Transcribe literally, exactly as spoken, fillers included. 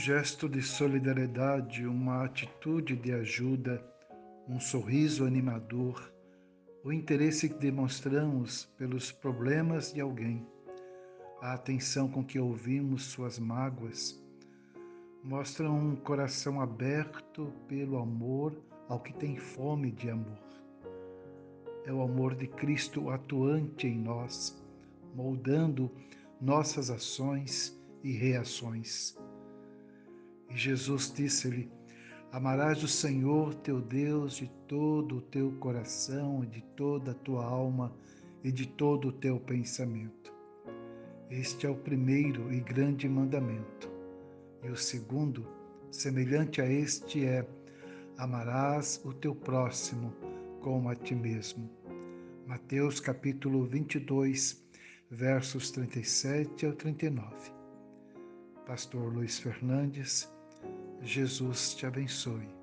gesto de solidariedade, uma atitude de ajuda, um sorriso animador, o interesse que demonstramos pelos problemas de alguém, a atenção com que ouvimos suas mágoas, mostram um coração aberto pelo amor ao que tem fome de amor. É o amor de Cristo atuante em nós, moldando nossas ações e reações. E Jesus disse-lhe: amarás o Senhor teu Deus de todo o teu coração, de toda a tua alma e de todo o teu pensamento. Este é o primeiro e grande mandamento. E o segundo, semelhante a este, é: amarás o teu próximo como a ti mesmo. Mateus capítulo vinte e dois, versos trinta e sete ao trinta e nove. Pastor Luiz Fernandes, Jesus te abençoe.